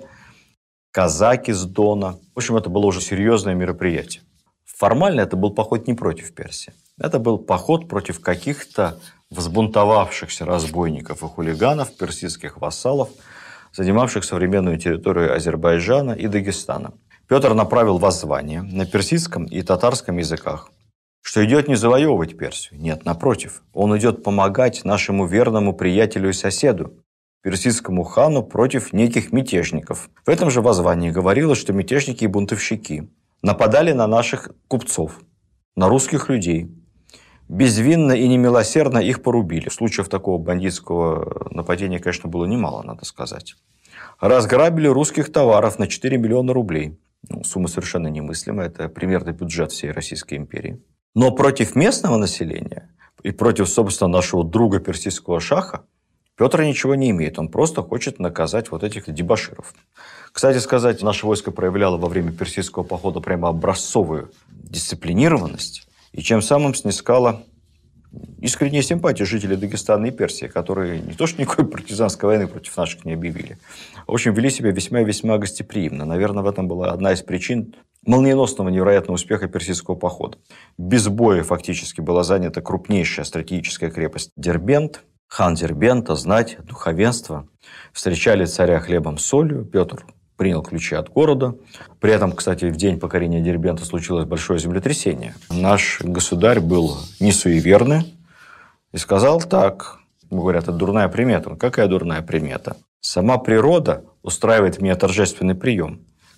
казаки с Дона. В общем, это было уже серьезное мероприятие. Формально это был поход не против Персии. Это был поход против каких-то взбунтовавшихся разбойников и хулиганов, персидских вассалов, занимавших современную территорию Азербайджана и Дагестана. Петр направил воззвание на персидском и татарском языках, что идет не завоевывать Персию. Нет, напротив, он идет помогать нашему верному приятелю и соседу, персидскому хану, против неких мятежников. В этом же воззвании говорилось, что мятежники и бунтовщики нападали на наших купцов, на русских людей. Безвинно и немилосердно их порубили. Случаев такого бандитского нападения, конечно, было немало, надо сказать. Разграбили русских товаров на четыре миллиона рублей. Ну, сумма совершенно немыслимая. Это примерный бюджет всей Российской империи. Но против местного населения и против, собственно, нашего друга персидского шаха Петр ничего не имеет. Он просто хочет наказать вот этих дебоширов. Кстати сказать, наше войско проявляло во время персидского похода прямо образцовую дисциплинированность, и чем самым снискало искренние симпатии жителей Дагестана и Персии, которые не то что никакой партизанской войны против наших не объявили, а в общем вели себя весьма и весьма гостеприимно. Наверное, в этом была одна из причин молниеносного невероятного успеха персидского похода. Без боя фактически была занята крупнейшая стратегическая крепость Дербент. Хан Дербента, знать, духовенство встречали царя хлебом с солью. Петр принял ключи от города. При этом, кстати, в день покорения Дербента случилось большое землетрясение. Наш государь был не суеверный и сказал так. Говорят, это дурная примета. Какая дурная примета? Сама природа устраивает мне торжественный прием.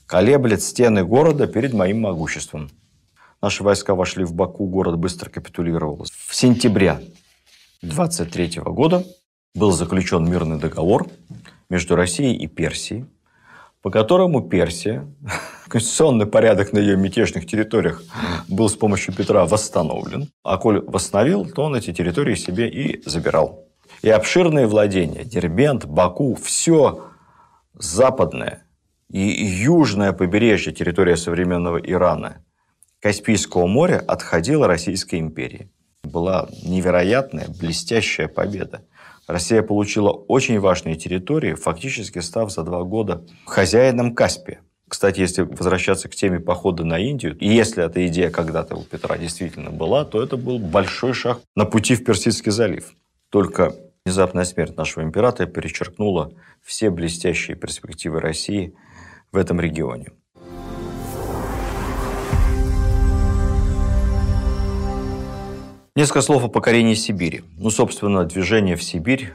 колеблет стены города перед моим могуществом. Наши войска вошли в Баку, город быстро капитулировал. В сентябре двадцать третьего года был заключен мирный договор между Россией и Персией, по которому Персия, конституционный порядок на ее мятежных территориях был с помощью Петра восстановлен. А коль восстановил, то он эти территории себе и забирал. И обширные владения, Дербент, Баку, все западное и южное побережье, территория современного Ирана, Каспийского моря отходило Российской империи. Была невероятная, блестящая победа. Россия получила очень важные территории, фактически став за два года хозяином Каспия. Кстати, если возвращаться к теме похода на Индию, и если эта идея когда-то у Петра действительно была, то это был большой шаг на пути в Персидский залив. Только внезапная смерть нашего императора перечеркнула все блестящие перспективы России в этом регионе. Несколько слов о покорении Сибири. Ну, собственно, движение в Сибирь,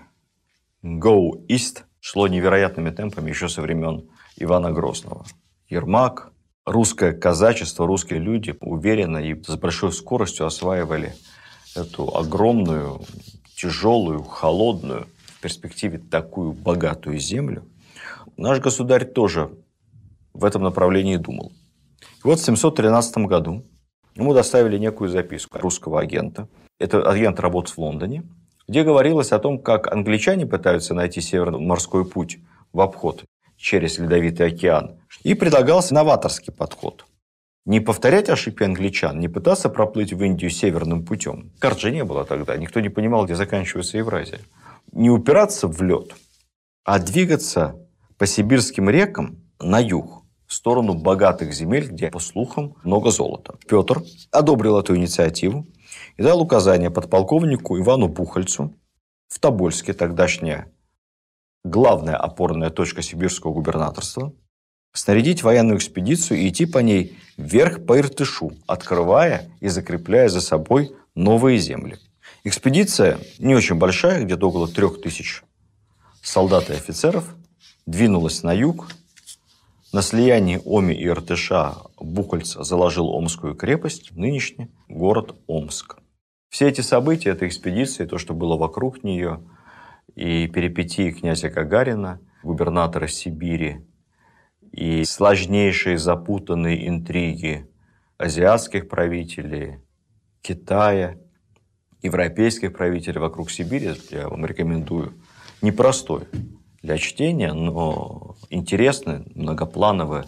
Go East, шло невероятными темпами еще со времен Ивана Грозного. Ермак, русское казачество, русские люди уверенно и с большой скоростью осваивали эту огромную, тяжелую, холодную, в перспективе такую богатую землю. Наш государь тоже в этом направлении думал. И вот в семьсот тринадцатом году ему доставили некую записку русского агента. Этот агент работал в Лондоне, где говорилось о том, как англичане пытаются найти Северный морской путь в обход через Ледовитый океан. И предлагался новаторский подход. Не повторять ошибки англичан, не пытаться проплыть в Индию северным путем. Карт же не было тогда, никто не понимал, где заканчивается Евразия. Не упираться в лед, а двигаться по сибирским рекам на юг, в сторону богатых земель, где, по слухам, много золота. Петр одобрил эту инициативу и дал указание подполковнику Ивану Бухальцу в Тобольске, тогдашняя главная опорная точка сибирского губернаторства, снарядить военную экспедицию и идти по ней вверх по Иртышу, открывая и закрепляя за собой новые земли. Экспедиция не очень большая, где-то около трех тысяч солдат и офицеров, двинулась на юг. На слиянии Оми и Иртыша Бухальц заложил Омскую крепость, нынешний город Омск. Все эти события, этой экспедиции, то, что было вокруг нее, и перипетии князя Гагарина, губернатора Сибири, и сложнейшие запутанные интриги азиатских правителей, Китая, европейских правителей вокруг Сибири, я вам рекомендую, непростой для чтения, но интересный, многоплановый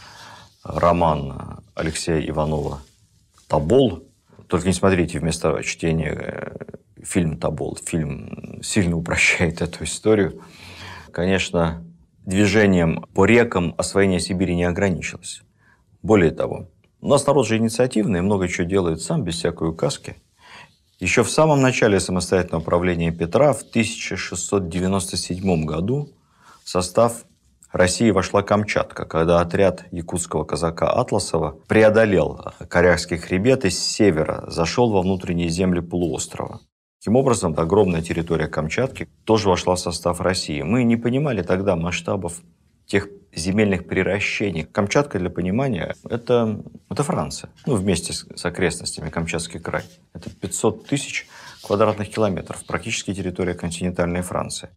роман Алексея Иванова «Тобол». Только не смотрите вместо чтения фильм «Тобол». Фильм сильно упрощает эту историю. Конечно, движением по рекам освоение Сибири не ограничилось. Более того, у нас народ же инициативный, много чего делает сам, без всякой указки. Еще в самом начале самостоятельного правления Петра в тысяча шестьсот девяносто седьмом году в состав России вошла Камчатка, когда отряд якутского казака Атласова преодолел Корякский хребет и с севера зашел во внутренние земли полуострова. Таким образом, огромная территория Камчатки тоже вошла в состав России. Мы не понимали тогда масштабов тех земельных приращений. Камчатка, для понимания, это, это Франция. Ну, вместе с, с окрестностями Камчатский край. Это пятьсот тысяч квадратных километров. Практически территория континентальной Франции.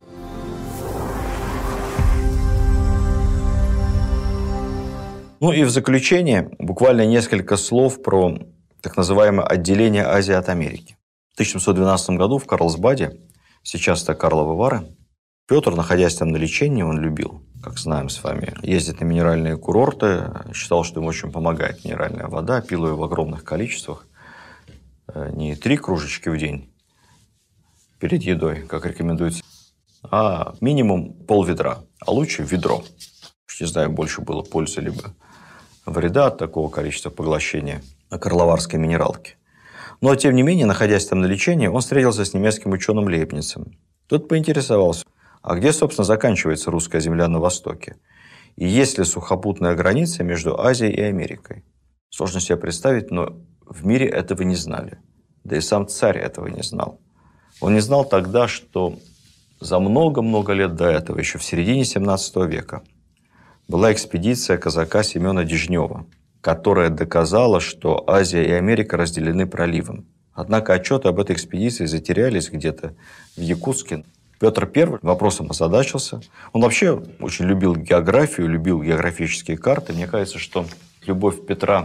Ну и в заключение буквально несколько слов про так называемое отделение Азии от Америки. В тысяча семьсот двенадцатом году в Карлсбаде, сейчас это Карловы Вары, Петр, находясь там на лечении, он любил, как знаем с вами, ездить на минеральные курорты, считал, что ему очень помогает минеральная вода, пил ее в огромных количествах, не три кружечки в день перед едой, как рекомендуется, а минимум пол-ведра, а лучше ведро. Не знаю, больше было пользы либо вреда от такого количества поглощения карловарской минералки. Но, тем не менее, находясь там на лечении, он встретился с немецким ученым Лейбницем. Тот поинтересовался, а где, собственно, заканчивается русская земля на востоке? И есть ли сухопутная граница между Азией и Америкой? Сложно себе представить, но в мире этого не знали. Да и сам царь этого не знал. Он не знал тогда, что за много-много лет до этого, еще в середине семнадцатого века, была экспедиция казака Семена Дежнева, которая доказала, что Азия и Америка разделены проливом. Однако отчеты об этой экспедиции затерялись где-то в Якутске. Петр Первый вопросом озадачился. Он вообще очень любил географию, любил географические карты. Мне кажется, что любовь Петра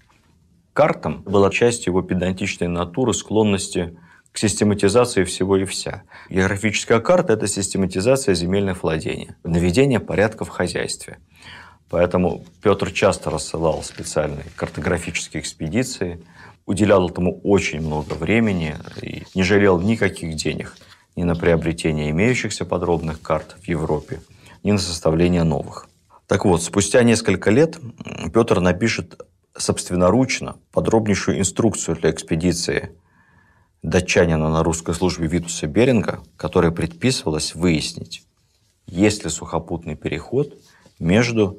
к картам была частью его педантичной натуры, склонности к систематизации всего и вся. Географическая карта – это систематизация земельных владений, наведение порядка в хозяйстве. Поэтому Петр часто рассылал специальные картографические экспедиции, уделял этому очень много времени и не жалел никаких денег ни на приобретение имеющихся подробных карт в Европе, ни на составление новых. Так вот, спустя несколько лет Петр напишет собственноручно подробнейшую инструкцию для экспедиции датчанина на русской службе Витуса Беринга, которой предписывалось выяснить, есть ли сухопутный переход между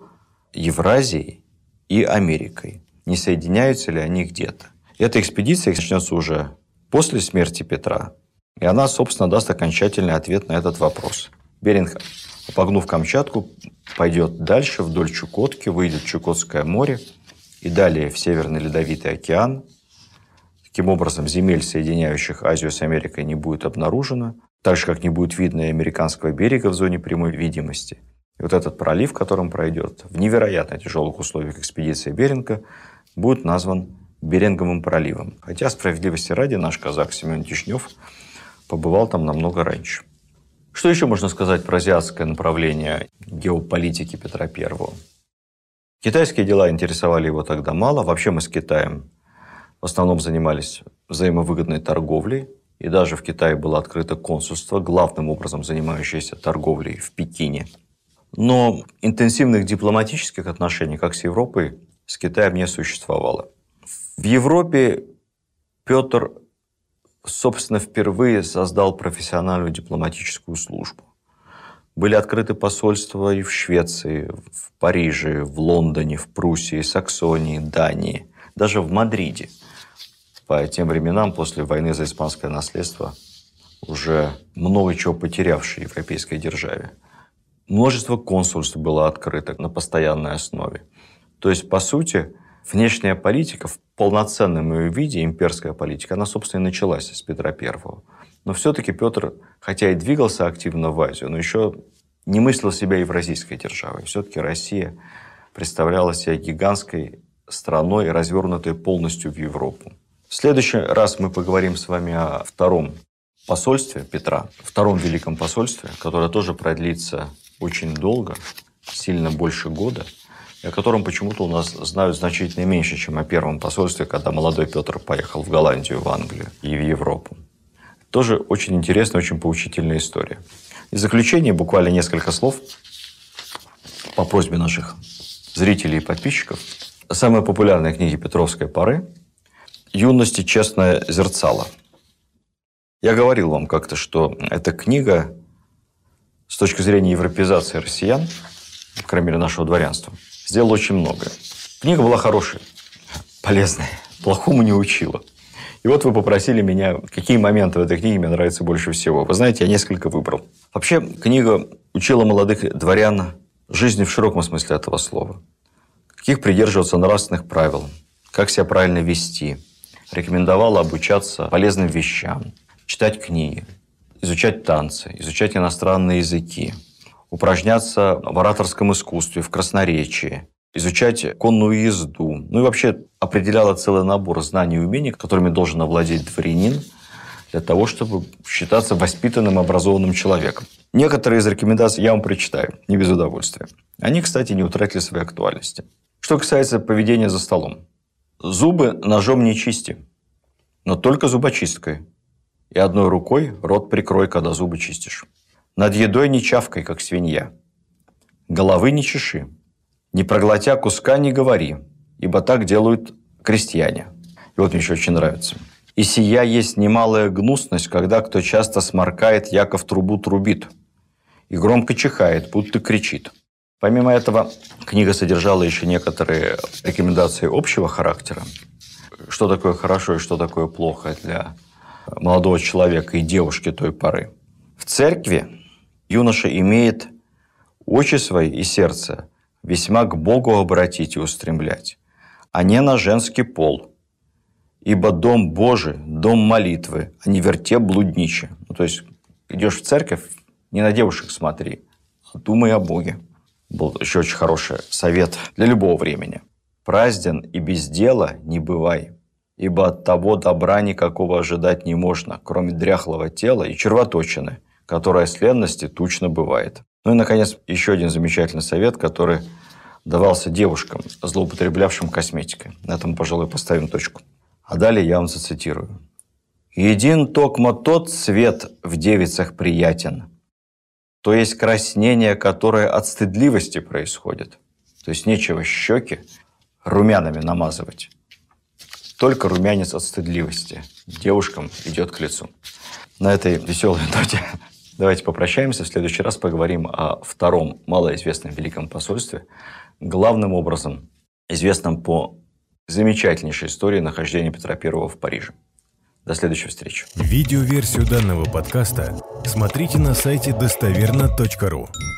Евразией и Америкой, не соединяются ли они где-то. Эта экспедиция начнется уже после смерти Петра, и она, собственно, даст окончательный ответ на этот вопрос. Беринг, обогнув Камчатку, пойдет дальше вдоль Чукотки, выйдет в Чукотское море и далее в Северный Ледовитый океан. Таким образом, земель, соединяющих Азию с Америкой, не будет обнаружено, так же, как не будет видно и американского берега в зоне прямой видимости. И вот этот пролив, которым пройдет в невероятно тяжелых условиях экспедиции Беринга, будет назван Беринговым проливом. Хотя, справедливости ради, наш казак Семен Дежнев побывал там намного раньше. Что еще можно сказать про азиатское направление геополитики Петра Первого? Китайские дела интересовали его тогда мало. Вообще мы с Китаем в основном занимались взаимовыгодной торговлей. И даже в Китае было открыто консульство, главным образом занимающееся торговлей в Пекине. Но интенсивных дипломатических отношений, как с Европой, с Китаем не существовало. В Европе Петр, собственно, впервые создал профессиональную дипломатическую службу. Были открыты посольства и в Швеции, в Париже, в Лондоне, в Пруссии, Саксонии, Дании, даже в Мадриде. По тем временам, после войны за испанское наследство, уже много чего потерявшей европейской державе. Множество консульств было открыто на постоянной основе. То есть, по сути, внешняя политика в полноценном ее виде, имперская политика, она, собственно, и началась с Петра Первого. Но все-таки Петр, хотя и двигался активно в Азию, но еще не мыслил себя евразийской державой. Все-таки Россия представляла себя гигантской страной, развернутой полностью в Европу. В следующий раз мы поговорим с вами о втором посольстве Петра, втором великом посольстве, которое тоже продлится очень долго, сильно больше года, и о котором почему-то у нас знают значительно меньше, чем о первом посольстве, когда молодой Петр поехал в Голландию, в Англию и в Европу. Тоже очень интересная, очень поучительная история. И в заключение буквально несколько слов по просьбе наших зрителей и подписчиков. Самые популярные книги Петровской поры «Юность и честное зерцало». Я говорил вам как-то, что эта книга с точки зрения европеизации россиян, по крайней мере, нашего дворянства, сделала очень многое. Книга была хорошая, полезная, плохому не учила. И вот вы попросили меня, какие моменты в этой книге мне нравятся больше всего. Вы знаете, я несколько выбрал. Вообще, книга учила молодых дворян жизни в широком смысле этого слова. Каких придерживаться нравственных правил, как себя правильно вести. Рекомендовала обучаться полезным вещам, читать книги, изучать танцы, изучать иностранные языки, упражняться в ораторском искусстве, в красноречии, изучать конную езду. Ну и вообще определяла целый набор знаний и умений, которыми должен овладеть дворянин для того, чтобы считаться воспитанным, образованным человеком. Некоторые из рекомендаций я вам прочитаю, не без удовольствия. Они, кстати, не утратили своей актуальности. Что касается поведения за столом. Зубы ножом не чисти, но только зубочисткой. И одной рукой рот прикрой, когда зубы чистишь. Над едой не чавкай, как свинья. Головы не чеши. Не проглотя куска не говори, ибо так делают крестьяне. И вот мне еще очень нравится. И сия есть немалая гнусность, когда кто часто сморкает, яко в трубу трубит, и громко чихает, будто кричит. Помимо этого, книга содержала еще некоторые рекомендации общего характера. Что такое хорошо и что такое плохо для молодого человека и девушки той поры. В церкви юноша имеет очи свои и сердце весьма к Богу обратить и устремлять, а не на женский пол. Ибо дом Божий, дом молитвы, а не вертеп блудниче». Ну, то есть, идешь в церковь, не на девушек смотри, а думай о Боге. Был еще очень хороший совет для любого времени. «Празден и без дела не бывай, ибо от того добра никакого ожидать не можно, кроме дряхлого тела и червоточины, которая с ленности тучно бывает». Ну и, наконец, еще один замечательный совет, который давался девушкам, злоупотреблявшим косметикой. На этом, пожалуй, поставим точку. А далее я вам зацитирую. «Един токмо тот цвет в девицах приятен, то есть краснение, которое от стыдливости происходит». То есть нечего щеки румянами намазывать. Только румянец от стыдливости девушкам идет к лицу. На этой веселой ноте давайте попрощаемся. В следующий раз поговорим о втором малоизвестном Великом посольстве, главным образом известном по замечательнейшей истории нахождения Петра Первого в Париже. До следующей встречи. Видеоверсию данного подкаста смотрите на сайте достоверно точка ру.